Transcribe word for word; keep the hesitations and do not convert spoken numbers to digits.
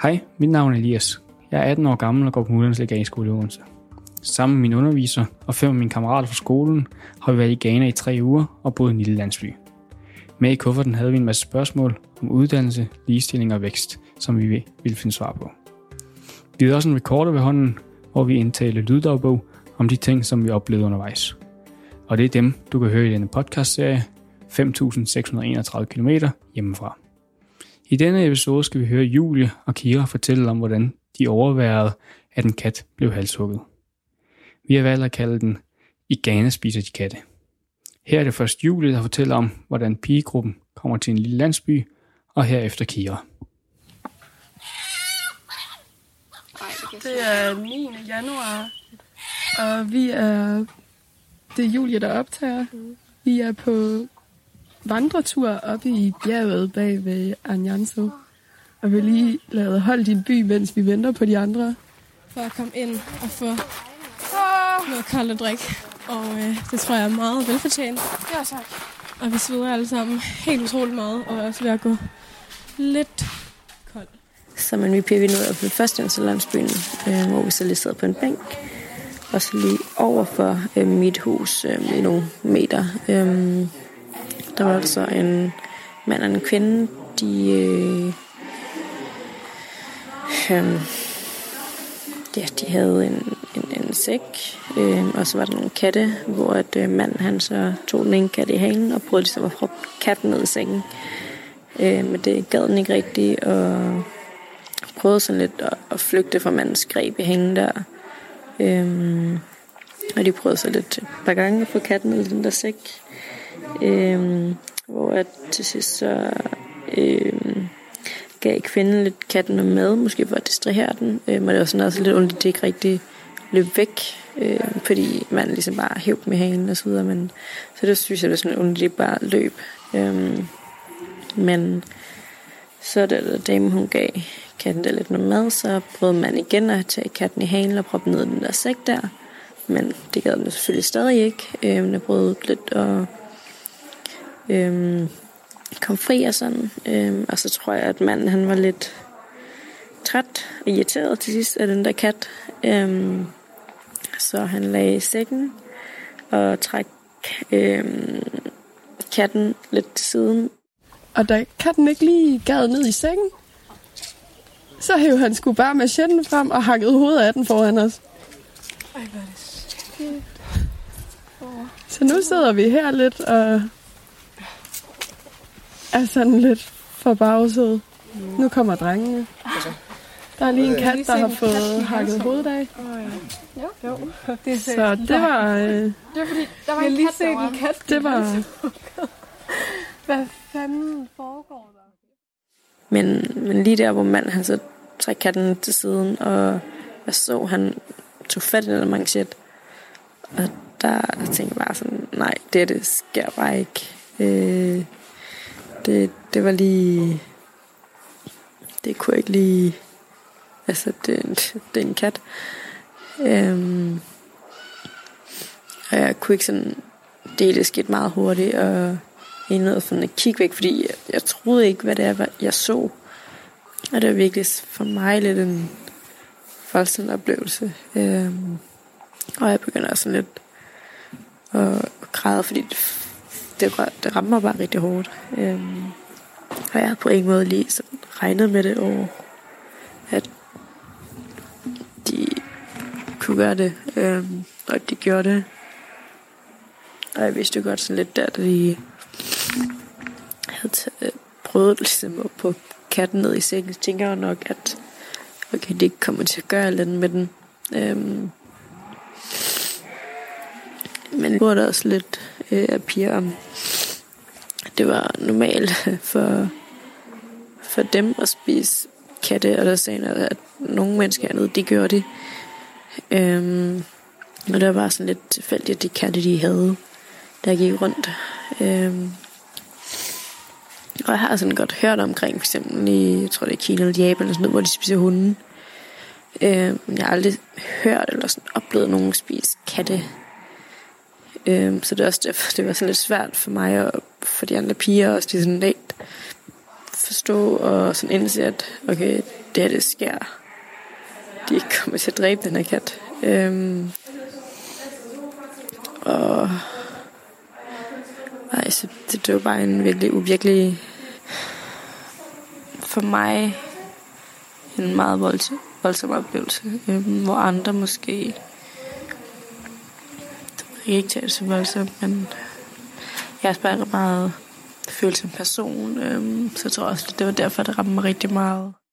Hej, mit navn er Elias. Jeg er atten år gammel og går på Mulands Legansskole i Odense. Sammen med min underviser og fem af mine kammerater fra skolen har vi været i Ghana i tre uger og boet i en lille landsby. Med i kufferten havde vi en masse spørgsmål om uddannelse, ligestilling og vækst, som vi ville finde svar på. Vi havde også en recorder ved hånden, hvor vi indtalte lyddagbog om de ting, som vi oplevede undervejs. Og det er dem, du kan høre i denne podcastserie, fem tusind seks hundrede og enogtredive kilometer hjemmefra. I denne episode skal vi høre Julie og Kira fortælle om, hvordan de overværede, at en kat blev halshugget. Vi har valgt at kalde den "I Ghana spiser de katte". Her er det først Julie, der fortæller om, hvordan pigegruppen kommer til en lille landsby, og herefter Kira. Det er niende januar, og vi er, det er Julie, der optager. Vi er på vandretur oppe i bjerget bag ved Anyanso, og vi lige lavet hold i en by, mens vi venter på de andre. For at komme ind og få noget koldt at drikke, og øh, det tror jeg er meget velfortjent. Ja, tak. Og vi sveder alle sammen helt utroligt meget, og er også ved at gå lidt koldt. Så men vi bliver ned på første til landsbyen, øh, hvor vi så lige sidder på en bænk. Og så lige over for øh, mit hus øh, i nogle meter. Øh, der var altså en mand og en kvinde, de... Øh, øh, ja, de havde en, en, en sæk, øh, og så var der nogle katte, hvor at, øh, manden han så tog den ene kat i halen og prøvede ligesom at proppe katten ned i sækken. Øh, men det gad den ikke rigtigt, og prøvede sådan lidt at, at flygte fra mandens greb i hængen der. Øh, og de prøvede så lidt et par gange at få katten ned i den der sæk. Øh, hvor at til sidst så øh, gav kvinden lidt katten med mad, måske for at distrahere den, øh, men det var sådan også lidt ondt, det ikke rigtig løb væk, øh, fordi man ligesom bare hæv med hagen og så videre, men så det synes jeg, det var sådan ondt, det bare løb. Øh, men så da der dame, hun gav katten der lidt noget mad, så prøvede man igen at tage katten i hagen og proppe ned i den der sæk der, men det gad den selvfølgelig stadig ikke. Øh, men jeg prøvede lidt at øh, kom fri og sådan, øhm, og så tror jeg, at manden han var lidt træt og irriteret til sidst af den der kat, øhm, så han lagde i sækken og træk øhm, katten lidt til siden. Og da katten ikke lige gad ned i sækken, så hævde han sgu bare machetten frem og hakkede hovedet af den foran os. Ej, hvor er det skidt. Så nu sidder vi her lidt og er sådan lidt forbavset. Nu kommer drengene. Der er lige en kat, der har fået hakket hovedet af. Ja. Jo. Så det var... Øh, Det var fordi, der var en kat, der var... en kat. det var... Hvad fanden foregår der? Men, men lige der, hvor manden han så træk katten til siden, og jeg så, han tog fat i den manchet. Og der tænkte jeg bare sådan, nej, det, det sker bare ikke. Øh, Det, det var lige... Det kunne ikke lige... Altså, det, det er en kat. Øhm, og jeg kunne ikke sådan... Det, det skete meget hurtigt, og jeg nåede sådan at kigge væk, fordi jeg, jeg troede ikke, hvad det er, jeg så. Og det var virkelig for mig lidt en voldsom oplevelse. Øhm, og jeg begynder også sådan lidt at græde, fordi det, det, det ramte mig bare rigtig hårdt. Øhm, og jeg havde på ingen måde lige sådan regnet med det over, at de kunne gøre det, øhm, og at de gjorde det. Og jeg vidste jo godt sådan lidt der, da de havde taget, prøvet ligesom at på katten ned i sækken, tænker jeg nok, at okay, de ikke kommer til at gøre lidt med den. Øhm, men jeg spurgte også lidt øh, af piger om, det var normalt for, for dem at spise katte, og der sagde jeg, at nogle mennesker hernede, de gjorde det. Øhm, og der var sådan lidt tilfældigt, at de katte, de havde, der gik rundt. Øhm, og jeg har sådan godt hørt omkring, for eksempel i, jeg tror det er Kina eller Japan, eller sådan noget, hvor de spiser hunden. Øhm, jeg har aldrig hørt eller sådan oplevet nogen spise katte. Øhm, så det er også derfor, det var sådan lidt svært for mig og for de andre piger også, de sådan lidt forstå og sådan indse, at okay, det her, det sker. De ikke kommer til at dræbe den her kat. Øhm, og altså, det, det var bare en virkelig uvirkelig, for mig, en meget voldsom, voldsom oplevelse, øhm, hvor andre måske ikke tager det så voldsomt, men jeg er bare meget følsom person, øhm, så jeg tror også, det var derfor, det ramte mig rigtig meget.